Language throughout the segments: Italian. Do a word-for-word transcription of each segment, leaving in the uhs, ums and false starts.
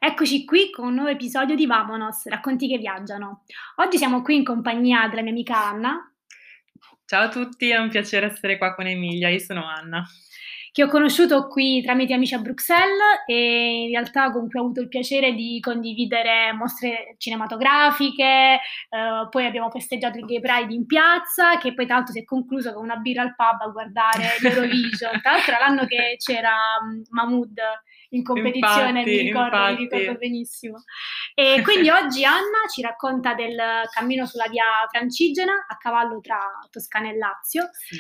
Eccoci qui con un nuovo episodio di Vamonos, racconti che viaggiano. Oggi siamo qui in compagnia della mia amica Anna, Ciao a tutti, è un piacere essere qua con Emilia, io sono Anna. che ho conosciuto qui tramite amici a Bruxelles e in realtà con cui ho avuto il piacere di condividere mostre cinematografiche, eh, poi abbiamo festeggiato il Gay Pride in piazza, che poi tra l'altro si è concluso con una birra al pub a guardare l'Eurovision. Tra l'altro era l'anno che c'era um, Mahmood in competizione, mi Infatti, ricordo, mi ricordo infatti. benissimo. E quindi oggi Anna ci racconta del cammino sulla via Francigena a cavallo tra Toscana e Lazio. Sì.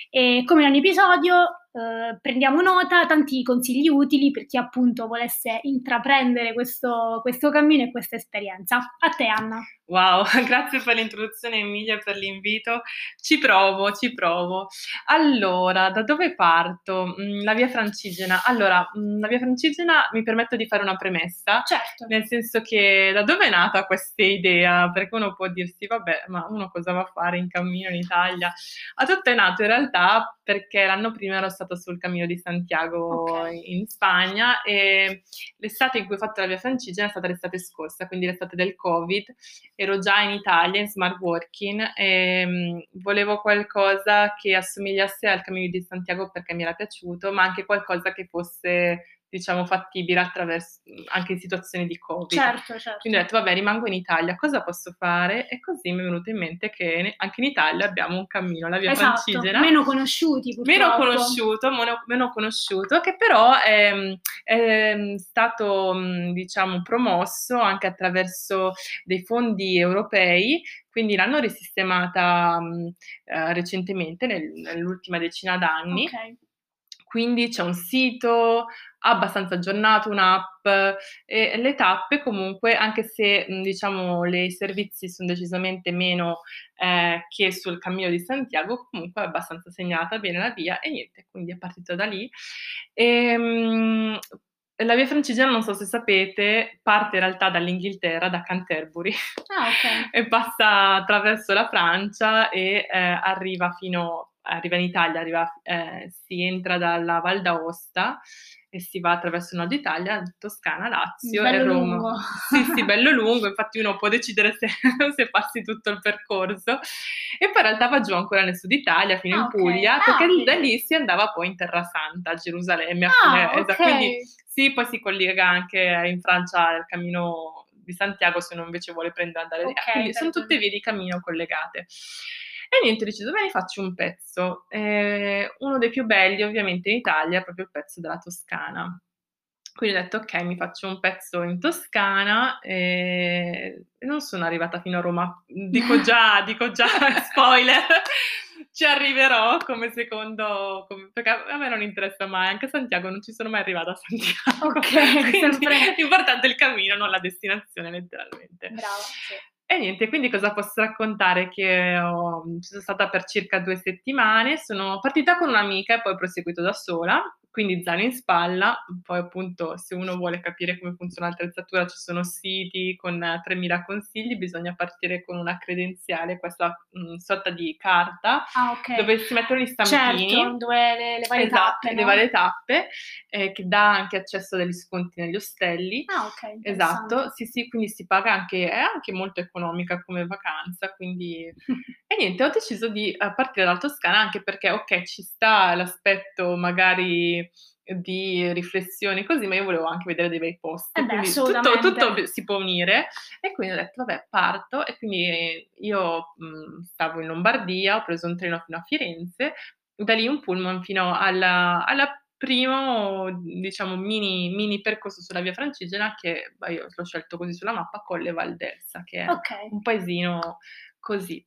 E come in ogni episodio eh, prendiamo nota, tanti consigli utili per chi appunto volesse intraprendere questo, questo cammino e questa esperienza. A te, Anna. Wow, grazie per l'introduzione Emilia e per l'invito. Ci provo, ci provo. Allora, da dove parto? Mm, La via Francigena. Allora, mm, la via Francigena mi permetto di fare una premessa, Certo. nel senso che da dove è nata questa idea? Perché uno può dirsi, vabbè, ma uno cosa va a fare in cammino in Italia? A tutto è nato in realtà perché l'anno prima ero stata sul Cammino di Ok. Santiago in Spagna e l'estate in cui ho fatto la via Francigena è stata l'estate scorsa, quindi l'estate del Covid. Ero già in Italia in smart working e mh, volevo qualcosa che assomigliasse al Cammino di Santiago perché mi era piaciuto, ma anche qualcosa che fosse, diciamo, fattibile attraverso anche in situazioni di Covid. Certo, Quindi ho certo. detto, vabbè, rimango in Italia, cosa posso fare? E così mi è venuto in mente che anche in Italia abbiamo un cammino, la via Esatto, Francigena, meno conosciuti meno purtroppo. conosciuto, mono- meno conosciuto, che però è, è stato, mh, diciamo, promosso anche attraverso dei fondi europei, quindi l'hanno risistemata mh, eh, recentemente, nel- nell'ultima decina Ok. d'anni. Quindi c'è un sito abbastanza aggiornato, un'app e le tappe comunque, anche se mh, diciamo le- i servizi sono decisamente meno eh, che sul Cammino di Santiago, comunque è abbastanza segnata bene la via e niente, quindi è partito da lì. E, mh, la via Francigena, non so se sapete, parte in realtà dall'Inghilterra, da Canterbury, Ah, ok. e passa attraverso la Francia e eh, arriva fino, arriva in Italia, arriva, eh, si entra dalla Val d'Aosta e si va attraverso il nord Italia, Toscana, Lazio e Bello Roma. lungo. Sì, sì, bello lungo, infatti uno può decidere se, se passi tutto il percorso. E poi in realtà va giù ancora nel sud Italia, fino Ah, in ok. Puglia, perché Ah, da vedi. lì si andava poi in Terra Santa, a Gerusalemme, a fine, Ah, ok. esatto. Quindi sì, poi si collega anche in Francia il cammino di Santiago se uno invece vuole prendere andare di là. Ok, Quindi per sono tutte ragione. vie di cammino collegate. E niente, ho deciso, bene, faccio un pezzo. Eh, uno dei più belli ovviamente in Italia è proprio il pezzo della Toscana. Quindi ho detto, ok, mi faccio un pezzo in Toscana e e non sono arrivata fino a Roma. Dico già, dico già, spoiler, ci arriverò come secondo, come- perché a me non interessa mai, anche a Santiago non ci sono mai arrivata a Santiago, Ok, quindi sempre l'importante è il cammino, non la destinazione letteralmente. brava, sì. E niente, quindi cosa posso raccontare? Che ho- ci sono stata per circa due settimane, sono partita con un'amica e poi ho proseguito da sola, quindi zaino in spalla, poi appunto se uno vuole capire come funziona l'attrezzatura ci sono siti con eh, tremila consigli, bisogna partire con una credenziale, questa mh, sorta di carta Ah, ok. dove si mettono gli Certo, stampini, dove le, le varie esatto, tappe, le varie no? tappe, eh, che dà anche accesso a degli sconti negli ostelli. Ah, ok, Esatto, interessante. sì, sì, quindi si paga anche, è anche molto economica come vacanza, quindi... E niente, ho deciso di eh, partire dalla Toscana anche perché, ok, ci sta l'aspetto magari di riflessioni così, ma io volevo anche vedere dei bei Eh posti, beh, quindi tutto, assolutamente. tutto si può unire. E quindi ho detto, vabbè, parto. E quindi eh, io mh, stavo in Lombardia, ho preso un treno fino a Firenze, da lì un pullman fino alla, alla primo, diciamo, mini, mini percorso sulla via Francigena che beh, io l'ho scelto così sulla mappa, Colle Valdelsa, che è Ok. un paesino così.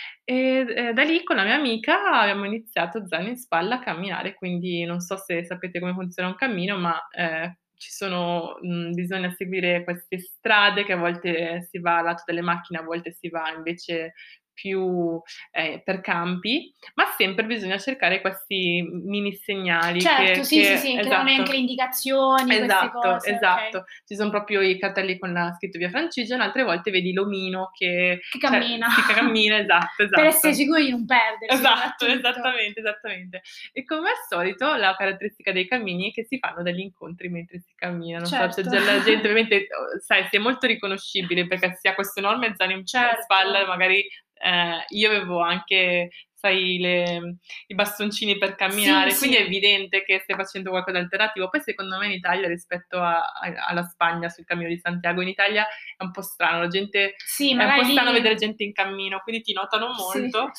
E eh, da lì con la mia amica abbiamo iniziato zaino in spalla a camminare, quindi non so se sapete come funziona un cammino, ma eh, ci sono, mh, bisogna seguire queste strade che a volte si va al lato delle macchine, a volte si va invece più eh, per campi, ma sempre bisogna cercare questi mini segnali Certo, che, sì, sì, che sì, che danno esatto. anche le indicazioni, queste Esatto, cose, ok. esatto. Ci son proprio i cartelli con la scritto via Francigena, altre volte vedi l'omino che Che cioè cammina. sì, che cammina, esatto, Per essere esatto. sicuri di non perdersi Esatto, soprattutto. esattamente, esattamente. E come al solito la caratteristica dei cammini è che si fanno degli incontri mentre si cammina, non so, c'è Certo. già la gente ovviamente, uhm, sai, si è molto riconoscibile perché si ha questo enorme zaino in spalla, Certo. magari, ehm, io avevo anche, sai, le i bastoncini per Sì, camminare, quindi sì. è evidente che stai facendo qualcosa di alternativo. Poi secondo me in Italia rispetto a a alla Spagna sul Cammino di Santiago, in Italia è un po' strano, la gente Sì, è un po' magari strano vedere lì gente in cammino, quindi ti notano sì. molto,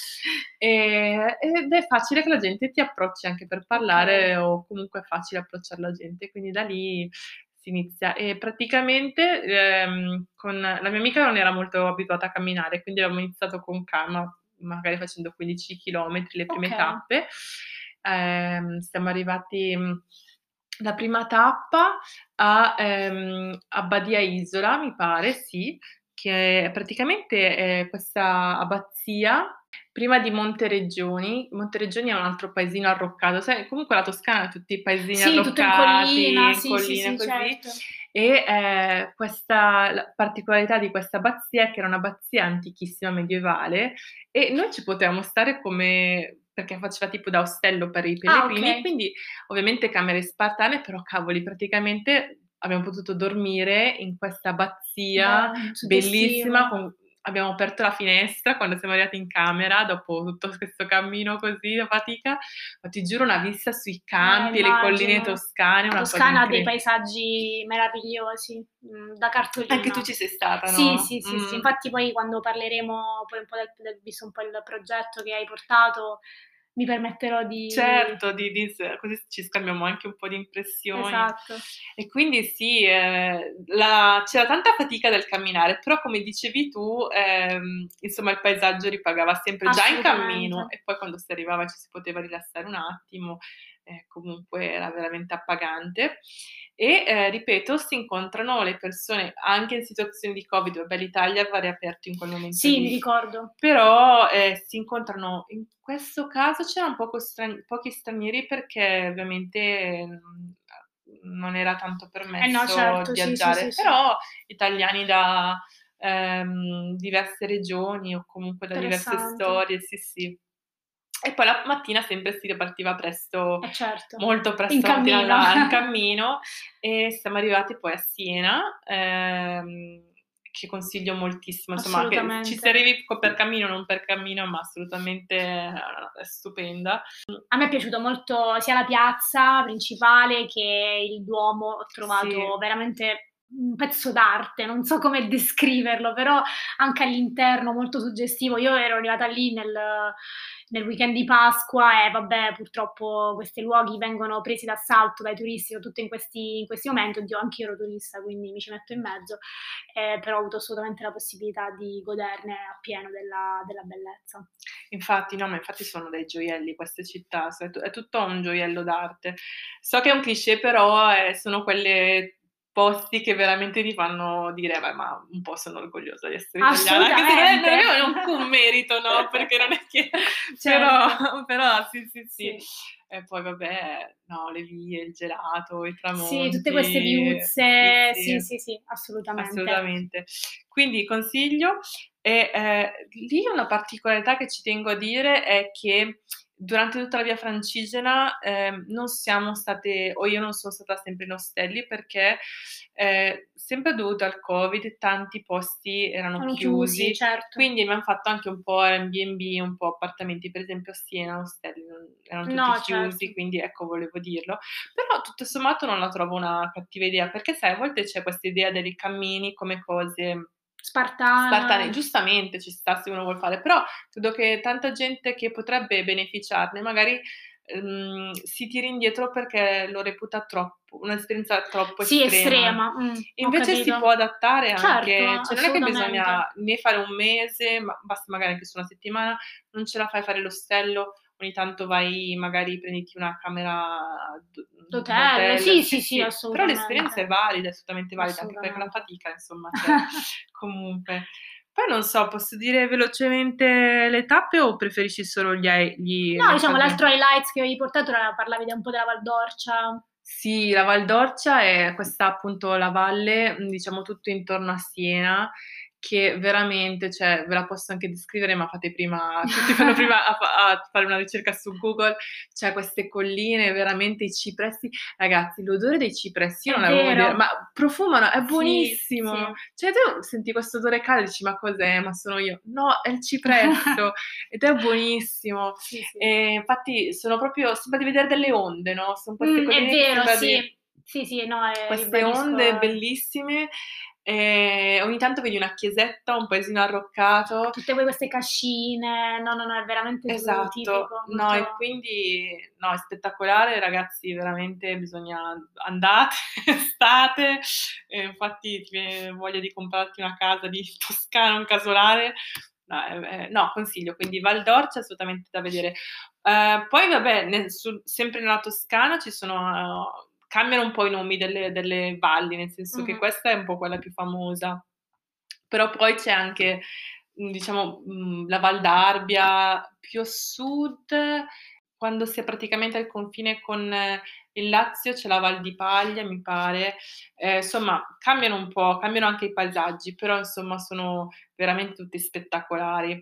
ehm, ed è facile che la gente ti approcci anche per Okay. parlare o comunque è facile approcciare la gente, quindi da lì si inizia. E praticamente, ehm, con la mia amica non era molto abituata a camminare, quindi avevamo iniziato con calma, magari facendo quindici chilometri le prime Okay. tappe. Ehm, siamo arrivati, mhmm, la prima tappa a ehm, a Badia Isola, mi pare, sì, che praticamente è questa abbazia prima di Montereggioni. Montereggioni è un altro paesino arroccato, sai comunque la Toscana ha tutti i paesini Sì, tutto in arroccati, collina, in sì, sì, colline sì, così, certo. e, ehm, questa la particolarità di questa abbazia è che era un'abbazia antichissima medievale e noi ci potevamo stare come perché faceva tipo da ostello per i Ah, pellegrini, okay. quindi ovviamente camere spartane, però cavoli, praticamente abbiamo potuto dormire in questa abbazia Beh, suggestivo. bellissima con abbiamo aperto la finestra quando siamo arrivati in camera dopo tutto questo cammino così a fatica, ma ti giuro una vista sui Eh, campi e le colline immagino. toscane, La una cosa Toscana ha dei incre paesaggi meravigliosi, mhmm, da anche tu cartolina. ci sei stata, Sì, no? sì, sì, sì. Mh. Infatti poi quando parleremo poi un po' del del visto un po' il progetto che hai portato, mi permetterò di Certo, di di s così ci scambiamo anche un po' di impressioni. esatto. E quindi sì, ehm, la c'era tanta fatica del camminare, però come dicevi tu, ehm, insomma il paesaggio ripagava sempre già in Assolutamente. cammino e poi quando si arrivava ci si poteva rilassare un attimo, e comunque era veramente appagante. E, ehm, ripeto, si incontrano le persone anche in situazioni di Covid, vabbè l'Italia aveva riaperto in quel momento Sì, mi lì, ricordo. però, ehm, si incontrano in questo caso c'eran poco stran pochi stranieri perché ovviamente, mhmm, non era tanto Eh no, permesso certo, sì, sì, sì, viaggiare, sì. però italiani da, ehm, diverse regioni o comunque da diverse Interessante. storie, sì, sì. E poi la mattina sempre si ripartiva presto, Eh certo. molto In presto la mattina cammino. da in cammino e siamo arrivati poi a Siena, ehm, che consiglio moltissimo, insomma che ci si Assolutamente. arrivi co per cammino o non per cammino, ma assolutamente eh, è stupenda. A me è piaciuto molto sia la piazza principale che il Duomo, ho Sì, trovato veramente un pezzo d'arte, non so come descriverlo, però anche all'interno molto suggestivo. Io ero arrivata lì nel nel weekend di Pasqua e vabbè, purtroppo questi luoghi vengono presi d'assalto dai turisti, soprattutto in questi in questi momenti. Oddio, anch'io ero turista, quindi mi ci metto in mezzo, ehm, però ho avuto assolutamente la possibilità di goderne appieno della della bellezza. infatti, no, ma infatti sono dei gioielli queste città, so è tu è tutto un gioiello d'arte. So che è un cliché, però, ehm, sono quelle posti che veramente ti fanno dire: "Beh, ma un po' sono orgogliosa di essere italiana", anche se non è non Assolutamente. è neanche un merito, no, perché non è che però Certo. però sì, sì, sì. Sì. E poi vabbè, no, le vie, il gelato, i Sì, tutte queste tramonti, sì, viuzze, sì, sì. sì, sì, assolutamente. Assolutamente. Quindi consiglio e, ehm, lì una particolarità che ci tengo a dire è che durante tutta la via Francigena, ehm, non siamo state o io non sono stata sempre in ostelli perché, ehm, sempre dovuto al Covid, tanti posti erano Sono chiusi, chiusi, certo. quindi abbiam fatto anche un po' Airbnb, un po' appartamenti. Per esempio a Siena ostelli non erano tutti No, chiusi, certo. quindi ecco volevo dirlo. Però tutto sommato non la trovo una cattiva idea, perché sai a volte c'è questa idea dei cammini come cose Spartana. spartane, giustamente ci sta se uno vuol fare, però credo che tanta gente che potrebbe beneficiarne magari, ehm, si tiri indietro perché lo reputa troppo un'esperienza troppo Sì, estrema. estrema, mh, ho Invece si può capito. adattare Certo, anche cioè non è che assolutamente. bisogna né fare un mese, ma basta magari anche su una settimana, non ce la fai a fare l'ostello, ogni tanto vai magari prenditi una camera d mhmm, L'hotel, d'hotel, sì, sì, sì, sì, sì, però l'esperienza è assolutamente. valida, è assolutamente valida, anche perché la Assolutamente. fatica insomma c'è comunque. Poi non so, posso dire velocemente le tappe o preferisci solo gli, hi- gli- No, le diciamo, cose? l'altro highlights che avevi portato era, parlavi un po' della Val d'Orcia. Sì, la Val d'Orcia è questa appunto la valle, mh, diciamo tutto intorno a Siena, che veramente, cioè, ve la posso anche descrivere, ma fate prima, tutti fanno prima a, fa- a fare una ricerca su Google, c'è queste colline, veramente i cipressi, ragazzi, l'odore dei cipressi, io È non l'avevo mai dire, vero. ma profumano, è Sì, sì. buonissimo, cioè tu senti questo odore caldo e dici, ma cos'è? Ma sono io? No, è il cipresso, ed è buonissimo. Sì, sì. E infatti sono proprio, sembra di vedere delle onde, no? Sono queste Mm, è colline che vero, sembra di sì. Sì, sì, no, eh, queste ribadisco. onde bellissime. E ogni tanto vedi una chiesetta, un paesino arroccato. Tutte poi queste cascine, no, no, no, è veramente tu- Esatto, tipico, no, molto... e quindi no, è spettacolare, ragazzi, veramente bisogna andate, state, e infatti ti viene voglia di comprarti una casa di Toscana, un casolare. No, eh, eh, no, consiglio, quindi Val d'Orcia assolutamente da vedere. Eh, poi vabbè, nel- sul- sempre nella Toscana ci sono, eh, cambiano un po' i nomi delle, delle valli, nel senso che Mhm. questa è un po' quella più famosa, però poi c'è anche, mh, diciamo, mh, la Val d'Arbia, più a sud, quando si è praticamente al confine con eh, il Lazio, c'è la Val di Paglia, mi pare. Eh, insomma, cambiano un po', cambiano anche i paesaggi, però insomma sono veramente tutti spettacolari.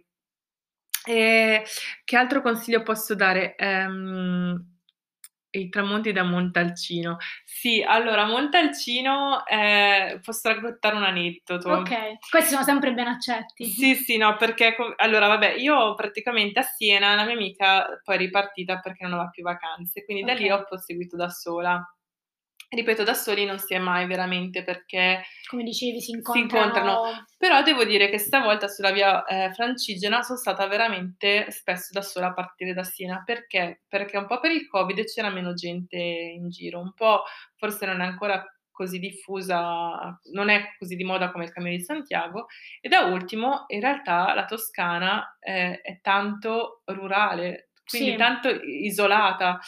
E che altro consiglio posso dare? Ehm, i tramonti da Montalcino. Sì, allora Montalcino, eh, posso raccontare un aneddoto. Ok, questi sono sempre ben accetti. Sì, sì, no, perché co- allora, vabbè, io praticamente a Siena, la mia amica poi è ripartita perché non aveva più vacanze, quindi da Ok, lì ho proseguito da sola. Ripeto, da soli non si è mai veramente perché come dicevi, si si incontrano, incontrano... però devo dire che stavolta sulla via eh, Francigena sono stata veramente spesso da sola a partire da Siena. Perché? Perché un po' per il Covid c'era meno gente in giro, un po' forse non è ancora così diffusa, non è così di moda come il Cammino di Santiago, e da ultimo in realtà la Toscana eh, è tanto rurale, quindi Sì, tanto isolata.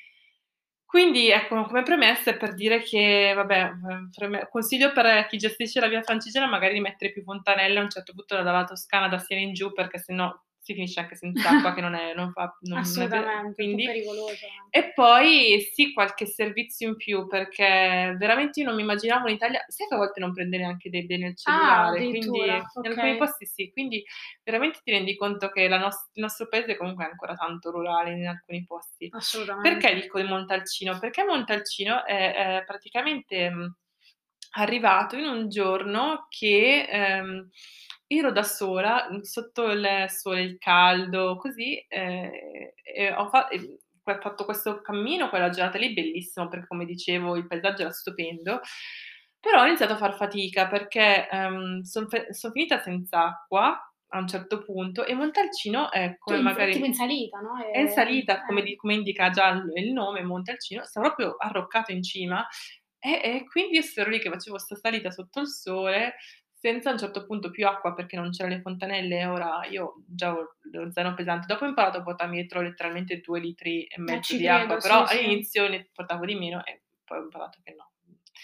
Quindi ecco, come premessa è per dire che, vabbè, ehm, preme- consiglio per chi gestisce la via Francigena magari di mettere più fontanelle a un certo punto dalla Toscana, da Siena in giù, perché sennò si finisce anche senza acqua, che non è, non fa, non non è be- assolutamente, un po' quindi... pericoloso anche. E poi sì, qualche servizio in più, perché veramente io non mi immaginavo in Italia, sai che a volte non prende neanche dei beni al Ah, cellulare, quindi addirittura, in ok, alcuni posti sì, quindi veramente ti rendi conto che la nos- il nostro paese comunque è ancora tanto rurale in alcuni posti. Perché assolutamente. dico di Montalcino? Perché Montalcino è, è praticamente mh, arrivato in un giorno che ehm, ero da sola, mh, sotto il sole, il caldo, così, eh, e ho fa- e ho fatto questo cammino, quella giornata lì, bellissimo, perché come dicevo il paesaggio era stupendo, però ho iniziato a far fatica perché sono finita senza acqua a un certo punto e Montalcino è Tu come in- è tipo magari in salita, no? è in E- salita, come, eh, di- come indica già il, il nome, Montalcino, sta proprio arroccato in cima e, e quindi io ero lì che facevo sta salita sotto il sole senza a un certo punto più acqua perché non c'erano le fontanelle e ora io già ho lo zaino pesante. Dopo ho imparato a portarmi dietro letteralmente due litri e eh, mezzo ci di acqua, credo, però sì, sì. all'inizio ne portavo di meno e poi ho imparato che no,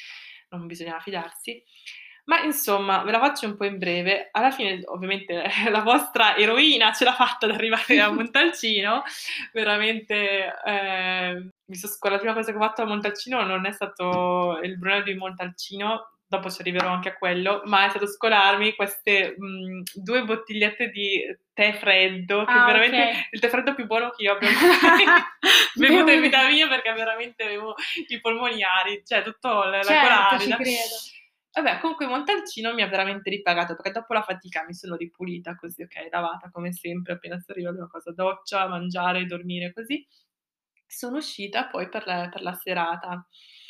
non bisognava fidarsi. Ma insomma, ve la faccio un po' in breve. Alla fine, ovviamente, la vostra eroina ce l'ha fatta ad arrivare a Montalcino. Veramente, eh, mi so- la prima cosa che ho fatto a Montalcino non è stato il Brunello di Montalcino, dopo ci arriverò anche a quello, ma è stato scolarmi queste mh, due bottigliette di tè freddo, che Ah, ok. veramente il tè freddo più buono che io abbia mai bevuto in Bevuto. vita mia, perché veramente avevo i polmoni aridi, cioè tutto la, la gola Certo, ci arida. credo. Vabbè, comunque Montalcino mi ha veramente ripagato, perché dopo la fatica mi sono ripulita così, ok, lavata come sempre, appena si arriva una cosa, doccia, mangiare, dormire così. Sono uscita poi per la, per la serata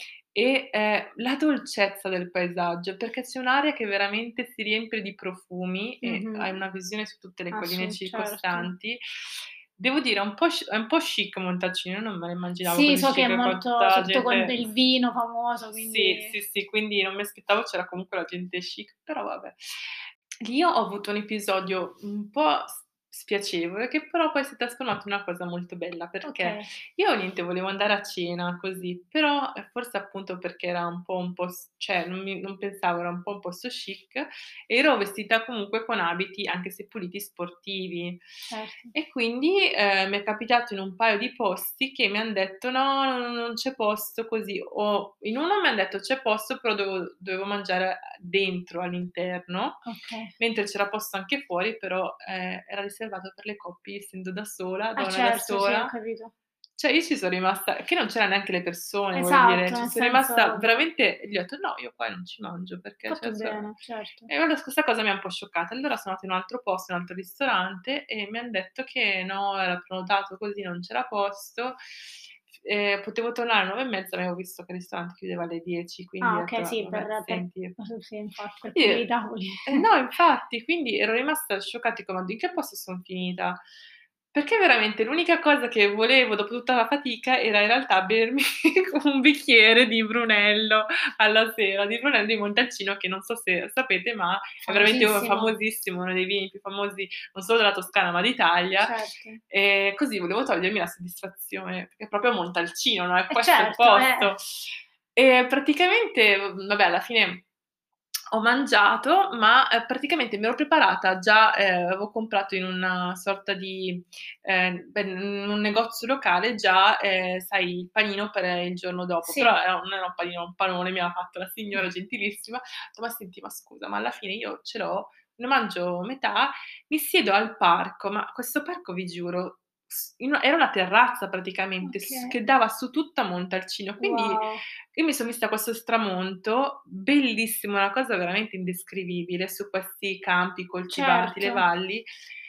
e eh, la dolcezza del paesaggio, perché c'è un'area che veramente si riempie di profumi e hai Mhm. una visione su tutte le colline Assu- certo. circostanti. Devo dire, è un po', sci- è un po' chic Montalcino, io non me lo immaginavo Sì, così so che è chic con tutta molto, la soprattutto con gente. il vino famoso, Sì, quindi... sì, sì, quindi non mi aspettavo c'era comunque la gente chic, però vabbè. Lì ho avuto un episodio un po' spiacevole, che però poi si è trasformato in una cosa molto bella, perché Okay. io niente, volevo andare a cena così, però, ehm, forse appunto perché era un po' un po' s cioè non mi non pensavo, era un po' un posto chic, e ero vestita comunque con abiti, anche se puliti, sportivi. Certo. E quindi, ehm, m'è capitato in un paio di posti che mi han detto: "No, no non c'è posto così", o in uno mi han detto: "C'è posto", però dovevo dovevo mangiare dentro, all'interno, Okay. mentre c'era posto anche fuori, però, ehm, era riservato per le coppie, essendo da sola, Ah donna da certo, sì, ho sola. capito. Cioè io ci son rimasta che non c'eran neanche le persone, voglio dire, Esatto, ci nel son rimasta senso veramente, gli ho detto: "No, io qua non ci mangio perché fatto cioè so". bene, certo. E allora s questa cosa mi ha un po' scioccata. Allora sono andata in un altro posto, in un altro ristorante e mi han detto che no, era prenotato così, non c'era posto. F ehm, potevo tornare alle nove e mezza, avevo visto che il ristorante chiudeva alle dieci, quindi Ah ho okay, detto: sì, "Vabbè, per per senti". sì, infatti, per Quindi pulire i eh tavoli. eh no, infatti, quindi ero rimasta scioccata, dico: "Ma in che posto son finita?" Perché veramente l'unica cosa che volevo dopo tutta la fatica era in realtà bermi un bicchiere di Brunello alla sera, di Brunello di Montalcino, che non so se sapete, ma è veramente uno Famosissimo. famosissimo, uno dei vini più famosi non solo della Toscana, ma d'Italia. Certo. E così volevo togliermi la soddisfazione, perché è proprio Montalcino, no, è Eh questo il certo, eh. posto. E praticamente, v vabbè, alla fine ho mangiato, ma, ehm, praticamente mi ero preparata già, ehm, avevo comprato in una sorta di ehm, beh, in un negozio locale già, ehm, sai, il panino per il giorno dopo, però Sì. era non era un panino, un panone mi aveva fatto la signora gentilissima. Ho detto: "Ma senti, ma scusa, ma alla fine io ce l'ho, ne mangio metà, mi siedo al parco", ma questo parco vi giuro, s in una era una terrazza praticamente, s Okay. che dava su tutta Montalcino, quindi Wow. io mi son vista questo stramonto bellissimo, una cosa veramente indescrivibile, su questi campi coltivati, le Certo. valli,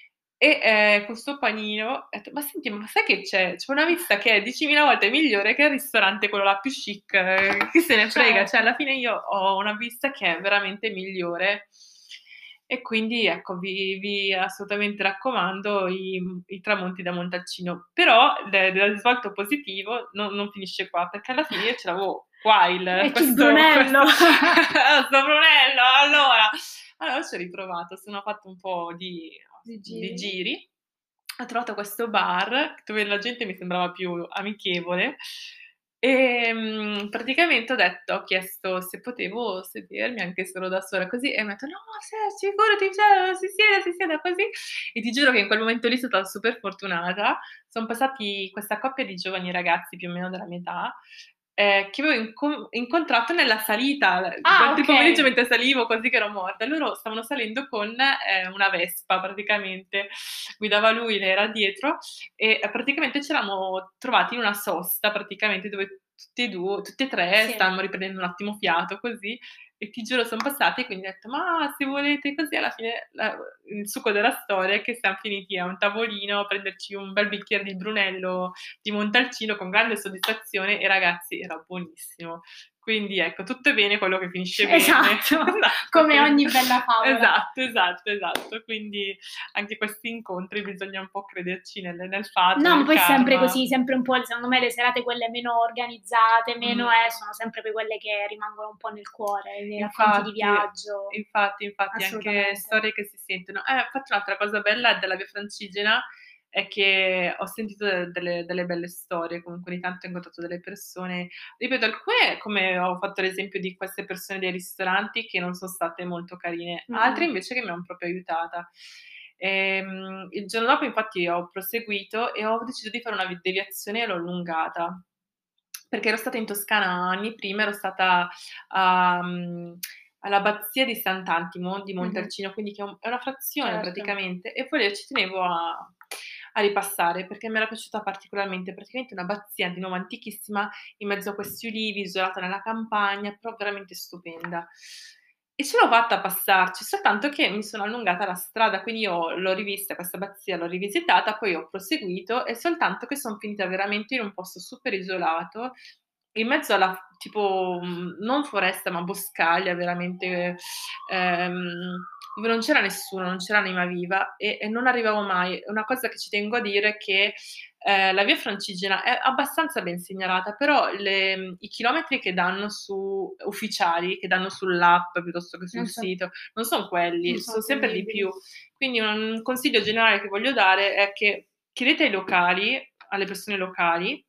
e, ehm, con 'sto panino ho detto: "Ma senti, ma sai che c'è? C'è una vista che è diecimila volte migliore che il ristorante quello là più chic, ehm, chi se ne frega, cioè alla Certo. fine io ho una vista che è veramente migliore". E quindi ecco, vi vi assolutamente raccomando i mhmm, i tramonti da Montalcino. Però de del risvolto positivo non non finisce qua, perché alla fine io ce l'avevo qua il E c il questo Brunello. questo sto Brunello, allora allora ci ho riprovato, sono fatto un po' di Di di giri. giri, ho trovato questo bar dove la gente mi sembrava più amichevole, ehm, praticamente ho detto ho chiesto se potevo sedermi anche solo da sola così, e m'ha detto: "No, se figurati, cioè si sieda, si sieda così". E ti giuro che in quel momento lì so stata super fortunata. Son passati questa coppia di giovani ragazzi, più o meno della mia età, ehm, che avevo inco incontrato nella salita, Ah durante il pomeriggio okay. mentre salivo così che ero morta. Loro stavano salendo con, ehm, una Vespa praticamente, guidava lui, lei era dietro, e praticamente c'eravamo trovati in una sosta praticamente dove tutti e du tutti e tre Sì. stavamo riprendendo un attimo fiato così, e ti giuro son passati e quindi ho detto: "Ma se volete così", alla fine la il succo della storia è che siam finiti a un tavolino a prenderci un bel bicchiere di Brunello di Montalcino con grande soddisfazione, e ragazzi era buonissimo. Quindi ecco, tutto è bene quello che finisce bene. Esatto, Esatto, come quindi ogni bella favola. esatto, esatto, esatto. Quindi anche questi incontri bisogna un po' crederci nel nel fato, No, ma nel poi è sempre karma. così, sempre un po' le secondo me le serate quelle meno organizzate, meno eh, Mh. sono sempre poi quelle che rimangono un po' nel cuore, nei racconti di Infatti, viaggio. infatti, infatti, anche Assolutamente. storie che si sentono. Eh, infatti un'altra cosa bella della Via Francigena è che ho sentito de delle delle belle storie, comunque ogni tanto ho incontrato delle persone, ripeto, alcune come ho fatto l'esempio di queste persone dei ristoranti che non son state molto carine, altre Mh-mh. invece che mi han proprio aiutata. Ehm, il giorno dopo infatti ho proseguito e ho deciso di fare una v deviazione e l'ho allungata, perché ero stata in Toscana anni prima, ero stata a mhmm, all'abbazia di Sant'Antimo di Mh-mh. Montalcino, quindi che è un è una frazione Certo. praticamente, e poi ci tenevo a a ripassare perché mi era piaciuta particolarmente. Praticamente un'abbazia di nuovo antichissima, in mezzo a questi ulivi, isolata nella campagna, però veramente stupenda. E ce l'ho fatta a passarci, soltanto che mi sono allungata la strada, quindi io l'ho rivista questa abbazia, l'ho rivisitata, poi ho proseguito, e soltanto che son finita veramente in un posto super isolato, in mezzo alla tipo, mhmm, non foresta, ma boscaglia veramente, ehm, dove non c'era nessuno, non c'era anima viva e e non arrivavo mai. Una cosa che ci tengo a dire è che, ehm, la via Francigena è abbastanza ben segnalata, però le mhmm, i chilometri che danno su ufficiali, che danno sull'app piuttosto che sul Non so sito, non son quelli, non sono son sempre di attendibili. più. Quindi un consiglio generale che voglio dare è che chiedete ai locali, alle persone locali,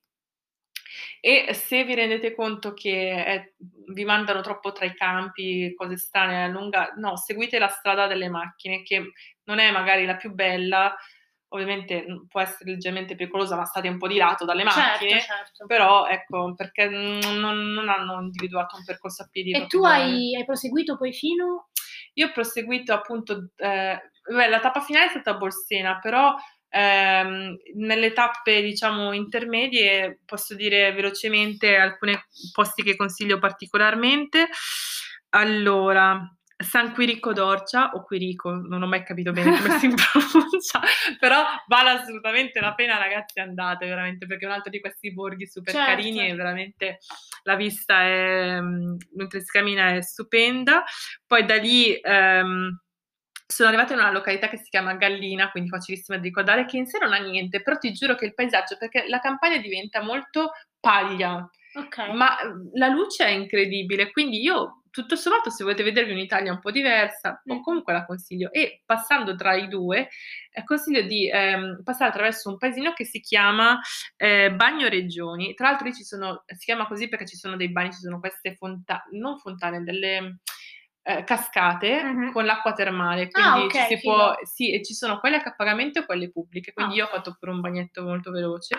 e se vi rendete conto che è vi mandano troppo tra i campi, cose strane, allunga no, seguite la strada delle macchine che non è magari la più bella, ovviamente, mhmm, può essere leggermente pericolosa, ma state un po' di lato dalle Certo, macchine, certo. però ecco, perché non non non hanno individuato un percorso a piedi E tu proprio ideale. hai hai proseguito poi fino Io ho proseguito appunto, ehm, beh, la tappa finale è stata a Bolsena, però, ehm, nelle tappe diciamo intermedie posso dire velocemente alcune posti che consiglio particolarmente. Allora, San Quirico d'Orcia o Quirico, non ho mai capito bene come si pronuncia, però vale assolutamente la pena ragazzi andate veramente, perché è un altro di questi borghi super carini certo. e veramente la vista è mhmm, mentre si cammina è stupenda. Poi da lì, ehm, sono arrivata in una località che si chiama Gallina, quindi facilissima da ricordare, che in sé non ha niente, però ti giuro che il paesaggio perché la campagna diventa molto paglia, Okay. ma, uhm, la luce è incredibile, quindi io tutto sommato se volete vedervi un'Italia un po' diversa, o Mh-mh. comunque la consiglio. E passando tra i due, ehm, consiglio di, ehm, passare attraverso un paesino che si chiama, ehm, Bagno Reggioni. Tra l'altro lì ci sono si chiama così perché ci sono dei bagni, ci sono queste fonta non fontane, delle, ehm, cascate Mh-mh. con l'acqua termale, Ah, quindi ci okay, si può figo. sì, e ci sono quelle a pagamento e quelle pubbliche, Ah, quindi io ho okay. fatto pure un bagnetto molto veloce.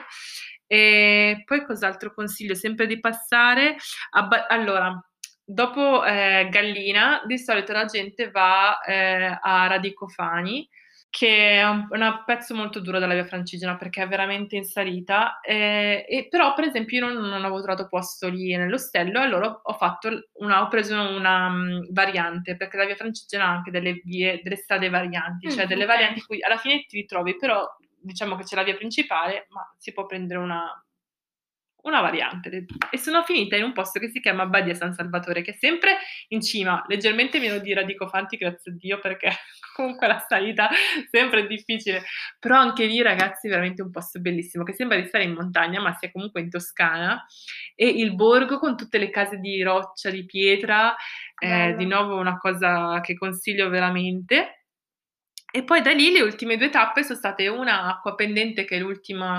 E poi cos'altro consiglio? Sempre di passare a ba allora, dopo, ehm, Gallina di solito la gente va, ehm, a Radicofani, che è un una pezzo molto duro della via Francigena perché è veramente in salita, ehm, e però per esempio io non non avevo trovato posto lì nell'ostello e allora ho fatto l una ho preso una, mhmm, variante, perché la via Francigena ha anche delle vie delle strade varianti, cioè Mh, delle okay. varianti in cui alla fine ti ritrovi, però diciamo che c'è la via principale, ma si può prendere una una variante de e sono finita in un posto che si chiama Badia San Salvatore, che è sempre in cima, leggermente meno di Radicofanti, grazie a Dio, perché comunque la salita sempre è difficile, però anche lì ragazzi veramente un posto bellissimo, che sembra di stare in montagna, ma si è comunque in Toscana, e il borgo con tutte le case di roccia, di pietra, ehm, di Bello. nuovo una cosa che consiglio veramente. E poi da lì le ultime due tappe son state una a Acqua Pendente, che è l'ultima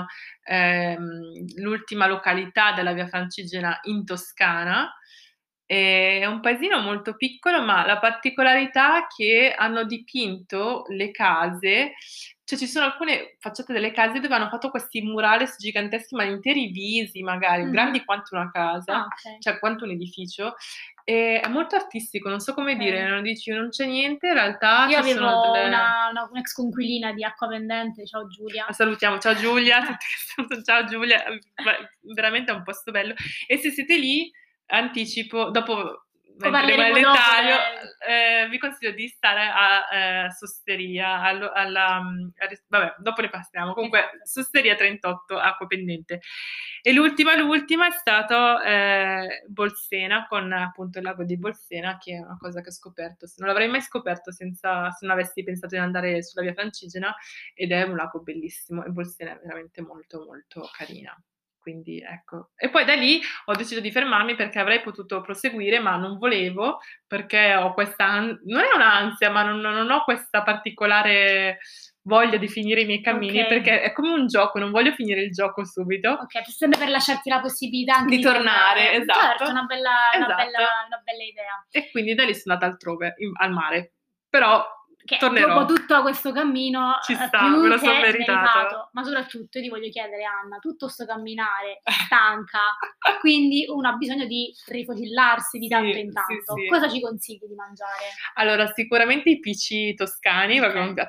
ehm, l'ultima località della via Francigena in Toscana. Ehm, è un paesino molto piccolo, ma la particolarità che hanno dipinto le case, cioè ci sono alcune facciate delle case dove hanno fatto questi murales giganteschi, ma interi visi magari, Mh-mh. grandi quanto una Ah, casa, okay, cioè quanto un edificio. Ehm, è molto artistico, non so come dire, okay. non dici non c'è niente, in realtà Io ci sono avevo delle una una un'ex coinquilina di Acqua Pendente, ciao Giulia. la salutiamo, ciao Giulia, tutti che ascoltano, ciao Giulia, ehm, va veramente è un posto bello. E se siete lì, anticipo, dopo Poi entreremo nel parleremo dopo dettaglio, de ehm, vi consiglio di stare a, ehm, Sosteria, allo alla mhmm, a ris vabbè, dopo ne parliamo. Comunque esatto. Sosteria trentotto, Acqua Pendente. E l'ultima, l'ultima è stato, ehm, Bolsena, con appunto il lago di Bolsena, che è una cosa che ho scoperto, s non l'avrei mai scoperto senza se non avessi pensato di andare sulla via Francigena, ed è un lago bellissimo e Bolsena è veramente molto, molto carina. Quindi ecco. E poi da lì ho deciso di fermarmi perché avrei potuto proseguire, ma non volevo perché ho questa an non è un'ansia, ma non non ho questa particolare voglia di finire i miei cammini, Okay, perché è come un gioco, non voglio finire il gioco subito. okay, p sempre per lasciarti la possibilità anche Di di tornare, tornare. Certo, esatto, una bella una bella esatto. una bella idea. E quindi da lì sono andata altrove, in al mare. Però Che dopo tornerò. tutto questo cammino, Ci uhm, sta, me più lo son che meritato. meritato. Ma soprattutto io ti voglio chiedere Anna, tutto 'sto camminare stanca, quindi uno ha bisogno di rifocillarsi di tanto Sì, in sì, tanto. sì. Cosa ci consigli di mangiare? Allora, sicuramente i pici toscani, proprio un Okay. piatto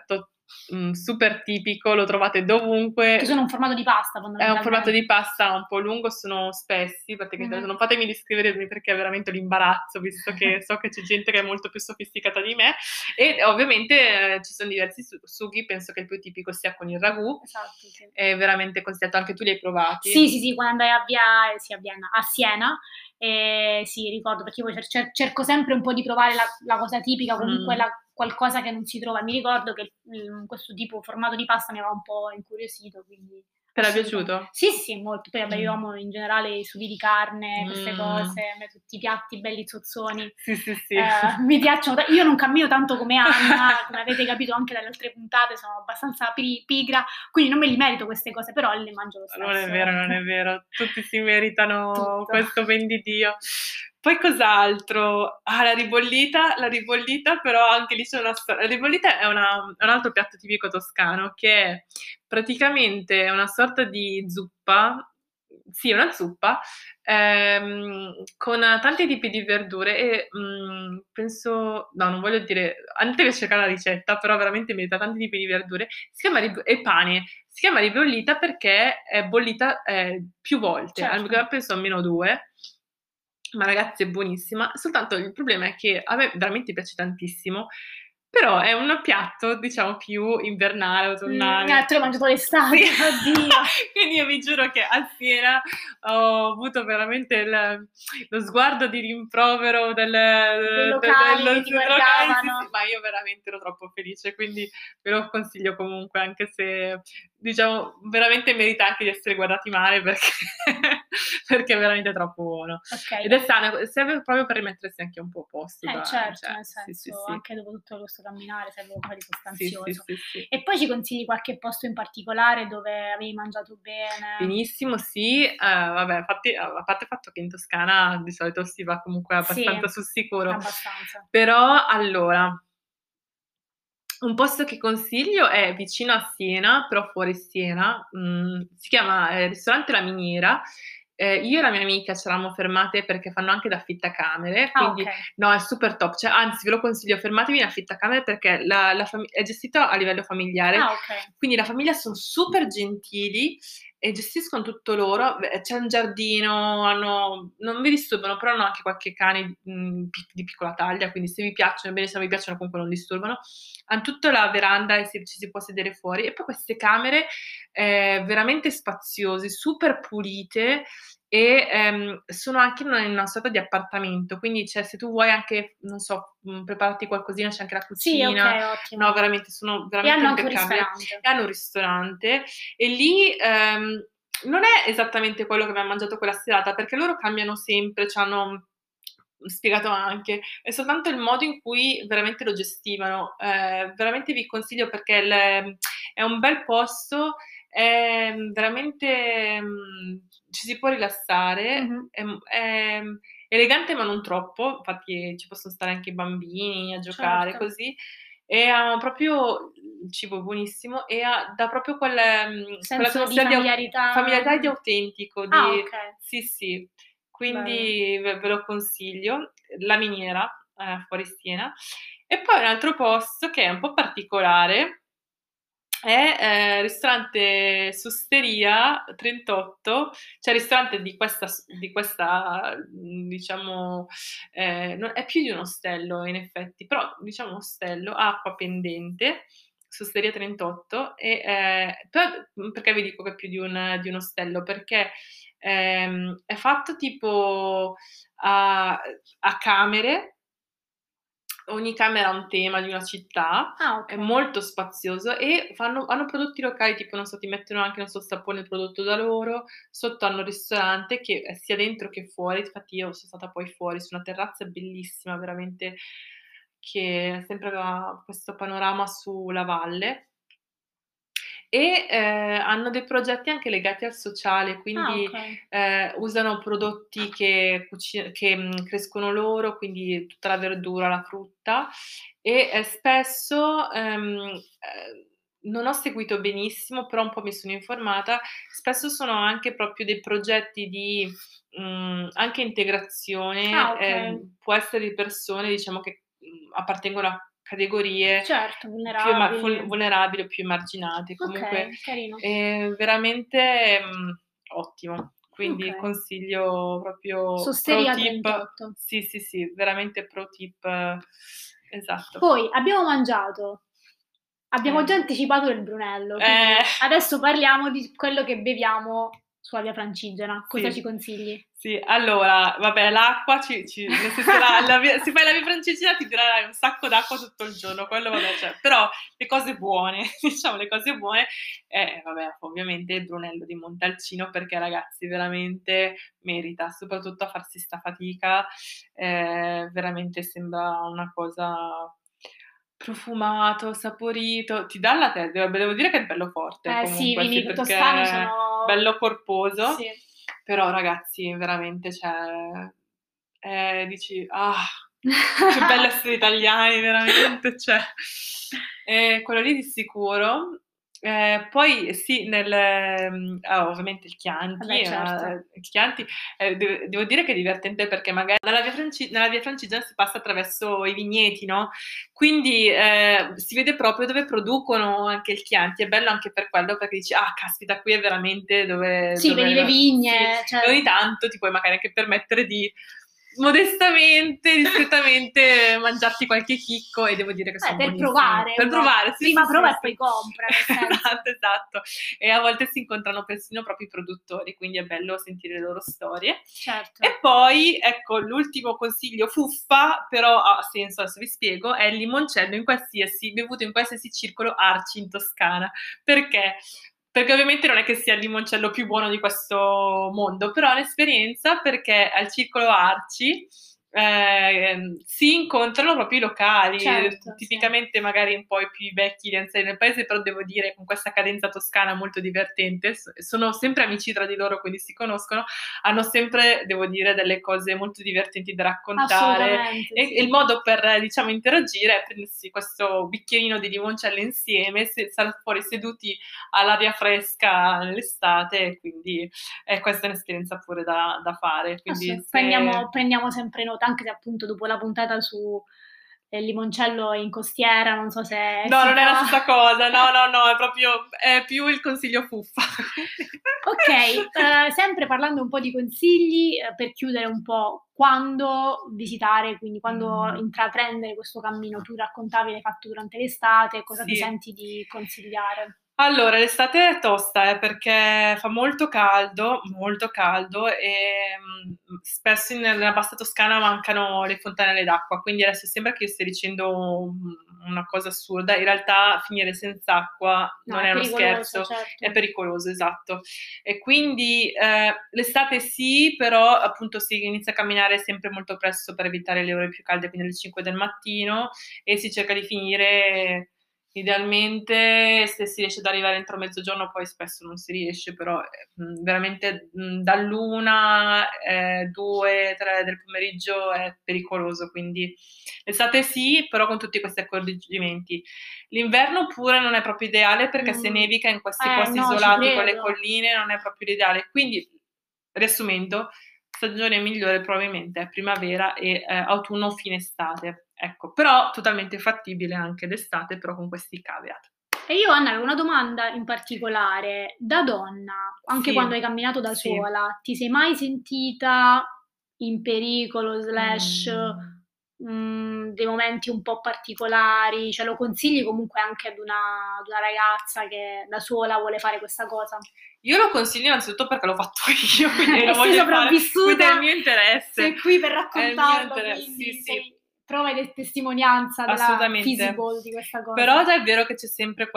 mhmm, super tipico, lo trovate Che dovunque. sono un formato di pasta È un formato fondamentalmente. di pasta un po' lungo, sono spessi, praticamente Mh-mh. non fatemi descriverli perché è veramente l'imbarazzo, visto che so che c'è gente che è molto più sofisticata di me e ovviamente, ehm, ci son diversi su sughi, penso che il più tipico sia con il ragù, Esatto, sì. è veramente consigliato, anche tu li hai provati? Sì, sì, sì, quando andai a Via sì a Vienna, a Siena, ehm, sì ricordo perché io poi cer cer cerco sempre un po' di provare la la cosa tipica, comunque Mh. la qualcosa che non si trova. Mi ricordo che, mhmm, questo tipo formato di pasta mi aveva un po' incuriosito, quindi Te l'è assolutame piaciuto? sì, sì, molto. Poi vabbè io Mh. amo in generale i sughi di carne, queste Mh. cose, a me tutti i piatti belli zozzoni, Sì, sì, sì. ehm, mi piacciono ta io non cammino tanto come Anna, come avete capito anche dalle altre puntate, sono abbastanza pi pigra, quindi non me li merito queste cose, però le mangio lo Non è stesso, vero, non è ecco. vero. Tutti si meritano Tutto. questo ben di Dio. Poi cos'altro? Ah, la ribollita la ribollita però anche lì c'è una sto la ribollita è una è un altro piatto tipico toscano che è praticamente è una sorta di zuppa sì, è una zuppa, ehm, con tanti tipi di verdure e, mhmm, penso no, non voglio dire andatevi a cercare la ricetta, però veramente merita tanti tipi di verdure. Si chiama rib e pane. Si chiama ribollita perché è bollita, ehm, più volte, Certo. penso almeno due, ma ragazzi è buonissima, soltanto il problema è che a me veramente piace tantissimo, però è un piatto diciamo più invernale, Mh, ah, autunnale. tu l'hai mangiato Sì, d'estate, oddio. quindi io vi giuro che a Siena ho avuto veramente il lo sguardo di rimprovero del Dei de de locali che dello ti z locali, sì, sì, guardavano. ma io veramente ero troppo felice, quindi ve lo consiglio comunque, anche se diciamo veramente merita anche di essere guardati male perché perché è veramente troppo buono. Okay, Ed è e sano, serve proprio per rimettersi anche un po' a posto Eh da certo, cioè nel sì, sì, senso sì. anche dopo tutto questo camminare serve qualcosa di Sì, sì, sostanzioso. sì, sì. E poi ci consigli qualche posto in particolare dove avevi mangiato bene? Benissimo, sì, ehm, vabbè fatti a parte il fatto che in Toscana di solito si va comunque Sì, abbastanza sul sicuro, abbastanza. però allora un posto che consiglio è vicino a Siena, però fuori Siena, mhmm, si chiama, ehm, ristorante La Miniera. Ehm, io e la mia amica c'eravamo fermate perché fanno anche l'affitacamere, Ah, quindi okay. no, è super top, cioè anzi ve lo consiglio, fermatevi in affitacamere perché la la fami è gestito a livello familiare, Ah, okay. quindi la famiglia son super gentili e gestiscono tutto loro. Beh, c'è un giardino, hanno non vi disturbano, però hanno anche qualche cane, mhmm, pic di piccola taglia, quindi se vi piacciono bene, se non vi piacciono comunque non disturbano. Han tutta la veranda e si ci si può sedere fuori e poi queste camere, ehm, veramente spaziose, super pulite e, ehm, sono anche in una in una sorta di appartamento, quindi cioè se tu vuoi anche, non so, mhmm, prepararti qualcosina, c'è anche la Sì, cucina. okay, No, ottimo. veramente sono E veramente hanno anche un impeccabili. ristorante. E hanno un ristorante e lì, ehm, non è esattamente quello che abbiam mangiato quella serata, perché loro cambiano sempre, c'hanno spiegato anche, è soltanto il modo in cui veramente lo gestivano. Ehm, veramente vi consiglio perché il è un bel posto, è veramente, mhmm, ci si può rilassare, Mh-mh. è m è elegante ma non troppo, infatti ci possono stare anche i bambini a giocare Certo. così, e ha proprio il cibo buonissimo e ha dà proprio quel mhmm, Senso di quell'atmosfera di au familiarità, familiarità e di mh. autentico, Ah, di okay. sì, sì. Bello. Quindi ve ve lo consiglio. La Miniera, ehm, fuori Siena. E poi un altro posto che è un po' particolare è, ehm, ristorante Susteria trentotto, cioè il ristorante di questa s di questa, mhmm, diciamo, ehm, no è più di un ostello in effetti, però diciamo ostello, ha acqua pendente, Susteria trentotto e, ehm, però mhmm, perché vi dico che è più di un di un ostello, perché, ehm, è fatto tipo a a camere. Ogni camera ha un tema di una città, Ah, è okay. molto spazioso e fanno hanno prodotti locali, tipo non so, ti mettono anche, non so, sapone prodotto da loro, sotto hanno il ristorante che è sia dentro che fuori, infatti io son stata poi fuori su una terrazza bellissima, veramente, che sempre aveva questo panorama sulla valle. E, ehm, hanno dei progetti anche legati al sociale, Ah, quindi, okay. ehm, usano prodotti che cuci che, mhmm, crescono loro, quindi tutta la verdura, la frutta e, ehm, spesso, ehm, ehm, non ho seguito benissimo, però un po' mi sono informata, spesso sono anche proprio dei progetti di, mhmm, anche Ah, integrazione, okay. ehm, può essere di persone diciamo che, mhmm, appartengono a categorie Certo, più ema vulnerabili. vul vulnerabili o più emarginate. Comunque, Okay, carino. ehm, veramente, mhmm, ottimo. Quindi Okay. consiglio proprio pro Sosteria tip trentotto. sì, sì, sì, veramente pro tip esatto. Poi abbiamo mangiato, abbiamo Eh. già anticipato il Brunello, Eh. quindi adesso parliamo di quello che beviamo sulla Via Francigena. Cosa ci Sì. consigli? Sì, allora, vabbè, l'acqua ci ci nel senso la la via se fai la Via Francigena ti beverai un sacco d'acqua tutto il giorno, quello vabbè c'è. Però le cose buone, diciamo le cose buone, eh, vabbè, ovviamente il Brunello di Montalcino perché ragazzi veramente merita, soprattutto a farsi 'sta fatica, ehm, veramente sembra una cosa profumato, saporito, ti dà la te devo devo dire che è bello forte Eh sì, i comunque, sì, vini perché toscani è sono bello corposo, sì. però ragazzi veramente cioè, ehm, dici: "Ah, che bello essere italiani veramente", cioè, ehm, quello lì di sicuro. Ehm, poi sì, nel mhmm, ah, ovviamente il Chianti, Vabbè certo. ehm, il Chianti, ehm, de devo dire che è divertente perché magari nella via Franci nella Via Francigena si passa attraverso i vigneti, no, quindi, ehm, si vede proprio dove producono anche il Chianti. È bello anche per quello, perché dici: "Ah, caspita, qui è veramente dove Sì, vedi dove le la" sì, vigne, e ogni certo. tanto ti puoi magari anche permettere di modestamente, discretamente mangiarti qualche chicco e devo dire che Eh, son per buonissimi. provare, Per uno provare, sì, sì, prima sì, prova e sì. poi compra, nel senso. Esatto, esatto. E a volte si incontrano persino proprio i produttori, quindi è bello sentire le loro storie. Certo. E poi, ecco, l'ultimo consiglio fuffa, però ha senso, adesso vi spiego, è il limoncello in qualsiasi bevuto in qualsiasi circolo ARCI in Toscana. Perché? Perché ovviamente non è che sia il limoncello più buono di questo mondo, però è un'esperienza perché al circolo ARCI, ehm, si incontrano proprio i locali, Certo, sì. tipicamente magari un po' i più vecchi, gli anziani del paese, però devo dire con questa cadenza toscana molto divertente, s sono sempre amici tra di loro, quindi si conoscono, hanno sempre, devo dire, delle cose molto divertenti da raccontare Assolutamente, e sì. e il modo per, diciamo, interagire è prendersi questo bicchierino di limoncello insieme, se sal fuori seduti all'aria fresca nell'estate e quindi, eh, questa è un'esperienza pure da da fare. Quindi Asso prendiamo se prendiamo sempre nota, anche se appunto dopo la puntata su il limoncello in costiera, non so se No, si non è la può stessa cosa. No, no, no, è proprio è più il consiglio fuffa. Okay, uhm, sempre parlando un po' di consigli, uhm, per chiudere un po', quando visitare, quindi quando intraprendere questo cammino. Tu raccontavi l'hai fatto durante l'estate, cosa ti Sì. senti di consigliare? Allora, l'estate è tosta, eh, perché fa molto caldo, molto caldo, ehm, spesso in nella bassa Toscana mancano le fontanelle d'acqua, quindi adesso sembra che io stia dicendo, mhmm, una cosa assurda, in realtà finire senz'acqua No, non è è uno pericoloso, scherzo, è certo. pericoloso, esatto. E quindi, ehm, l'estate sì, però appunto si inizia a camminare sempre molto presto per evitare le ore più calde, quindi alle cinque del mattino e si cerca di finire idealmente se si riesce ad arrivare entro mezzogiorno, poi spesso non si riesce, però, ehm, veramente, mhmm, dall'una, ehm, due, tre del pomeriggio è pericoloso, quindi l'estate sì, però con tutti questi accorgimenti. L'inverno pure non è proprio ideale perché se Mh. nevica in questi Eh, posti no, ci isolati con le credo. colline non è proprio l'ideale. Quindi, riassumendo, stagione migliore probabilmente è primavera e, ehm, autunno o fine estate, ecco. Però totalmente fattibile anche d'estate, però con questi caveat. E io Anna avevo una domanda in particolare. Da donna, anche quando Sì, hai camminato da sì. sola, ti sei mai sentita in pericolo slash, Mh. mhmm, dei momenti un po' particolari? Cioè lo consigli comunque anche ad una ad una ragazza che da sola vuole fare questa cosa? Io lo consiglio innanzitutto perché l'ho fatto io, quindi e E lo sei voglio fare, quindi è il sopravvissuta, mio interesse. sei qui per È il mio raccontarlo, intere sì, quindi sì. sei prova e testimonianza della Assolutamente. feasible di questa Però cosa. è vero che c'è sempre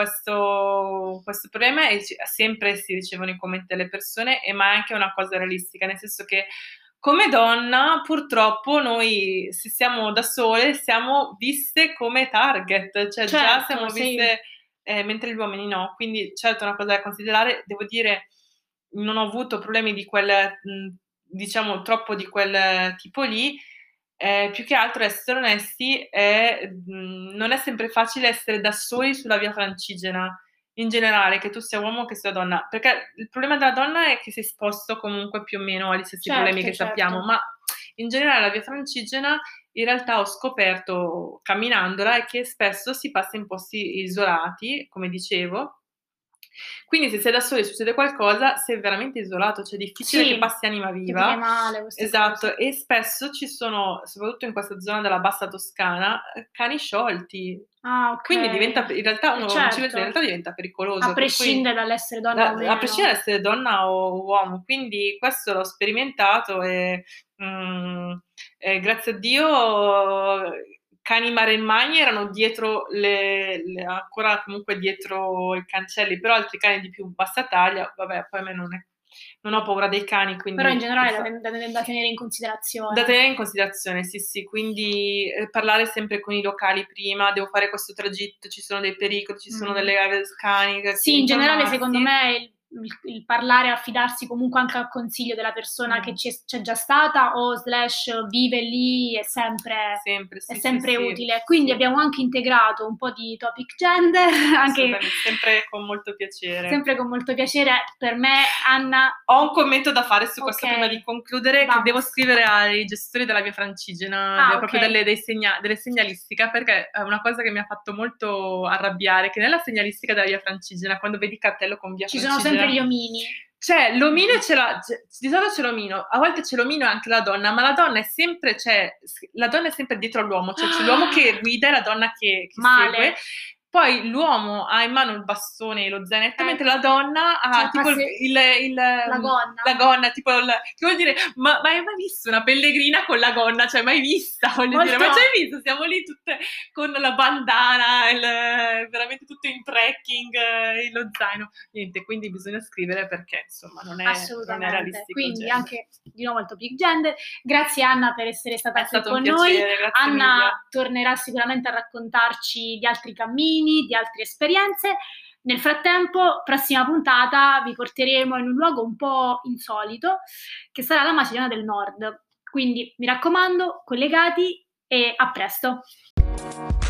questo questo problema e ci sempre si ricevono i commenti dalle persone, e ma è anche una cosa realistica, nel senso che come donna purtroppo noi se siamo da sole siamo viste come target, cioè già Certo, siamo sei viste ehm, mentre gli uomini no. Quindi certo è una cosa da considerare. Devo dire, non ho avuto problemi di quel mhmm, diciamo troppo di quel tipo lì. Ehm, più che altro essere onesti è mhmm, non è sempre facile essere da soli sulla Via Francigena, in generale, che tu sia uomo o che sia donna, perché il problema della donna è che sei esposto comunque più o meno agli stessi problemi certo, che sappiamo, certo. ma in generale la Via Francigena in realtà ho scoperto camminandola è che spesso si passa in posti isolati, come dicevo, quindi se sei da soli e succede qualcosa sei veramente isolato, cioè è difficile che Sì, passi anima che ti fai viva. male, queste Esatto, cose. e spesso ci sono, soprattutto in questa zona della bassa Toscana, ehm, cani sciolti. Ah, Quindi diventa okay. pe in realtà Eh uno non ci pensa, in certo, realtà diventa a pericoloso, per cui prescindere dall'essere donna o da a prescindere meno. dall'essere donna o uomo. Quindi questo l'ho sperimentato e, mhmm, e grazie a Dio cani maremmani erano dietro le le ancora comunque dietro i cancelli, però altri cani di più bassa taglia, vabbè, poi a me non è non ho paura dei cani, Però in quindi il generale da fa ten da ten da tenere in da considerazione. tenere in considerazione, sì, sì, quindi, ehm, parlare sempre con i locali prima: "Devo fare questo tragitto, ci sono dei pericoli, ci sono Mh. delle aree s cani", che Sì, in generale secondo informarsi. me il il il parlare, affidarsi comunque anche al consiglio della persona che Mh. ci è s c'è già stata o slash vive lì è sempre Sempre, è sì, sì, sempre sì, utile. Quindi sì. abbiamo anche integrato un po' di topic gender, anche Assolutamente, sempre con molto piacere. sempre con molto piacere. Per me, Anna Ho un commento da fare su questo prima di okay, concludere, che devo vamos. scrivere ai gestori della Via Francigena, de Ah, proprio okay. delle dei segna delle segnalistica, perché è una cosa che mi ha fatto molto arrabbiare, che nella segnalistica della Via Francigena, quando vedi il cartello con Via Ci sono sempre Francigena, gli omini. c'è l'omino e c'è la c di solito c'è l'omino, a volte c'è l'omino e anche la donna, ma la donna è sempre cioè s la donna è sempre dietro all'uomo, cioè c'è l'uomo che guida e la donna che che segue. Male. Poi l'uomo ha in mano il bastone e lo zainetto, mentre la Ecco. donna ha Cioè tipo il passe il il la mhmm, la gonna. gonna, tipo il che vuol dire, ma ma hai mai visto una pellegrina con la gonna? Cioè mai vista, voglio dire, Molto ma ci hai visto? Siamo lì tutte con la bandana, il veramente tutte in trekking, eh, lo zaino. Niente, quindi bisogna scrivere perché insomma non è non è Assolutamente. realistico il Quindi gender. anche di nuovo il topic gender. Grazie Anna per essere È stata qui stato un con noi. piacere, grazie Anna mille. tornerà sicuramente a raccontarci di altri cammini, di altre esperienze. Nel frattempo, prossima puntata vi porteremo in un luogo un po' insolito, che sarà la Macedonia del Nord. Quindi mi raccomando, collegati e a presto.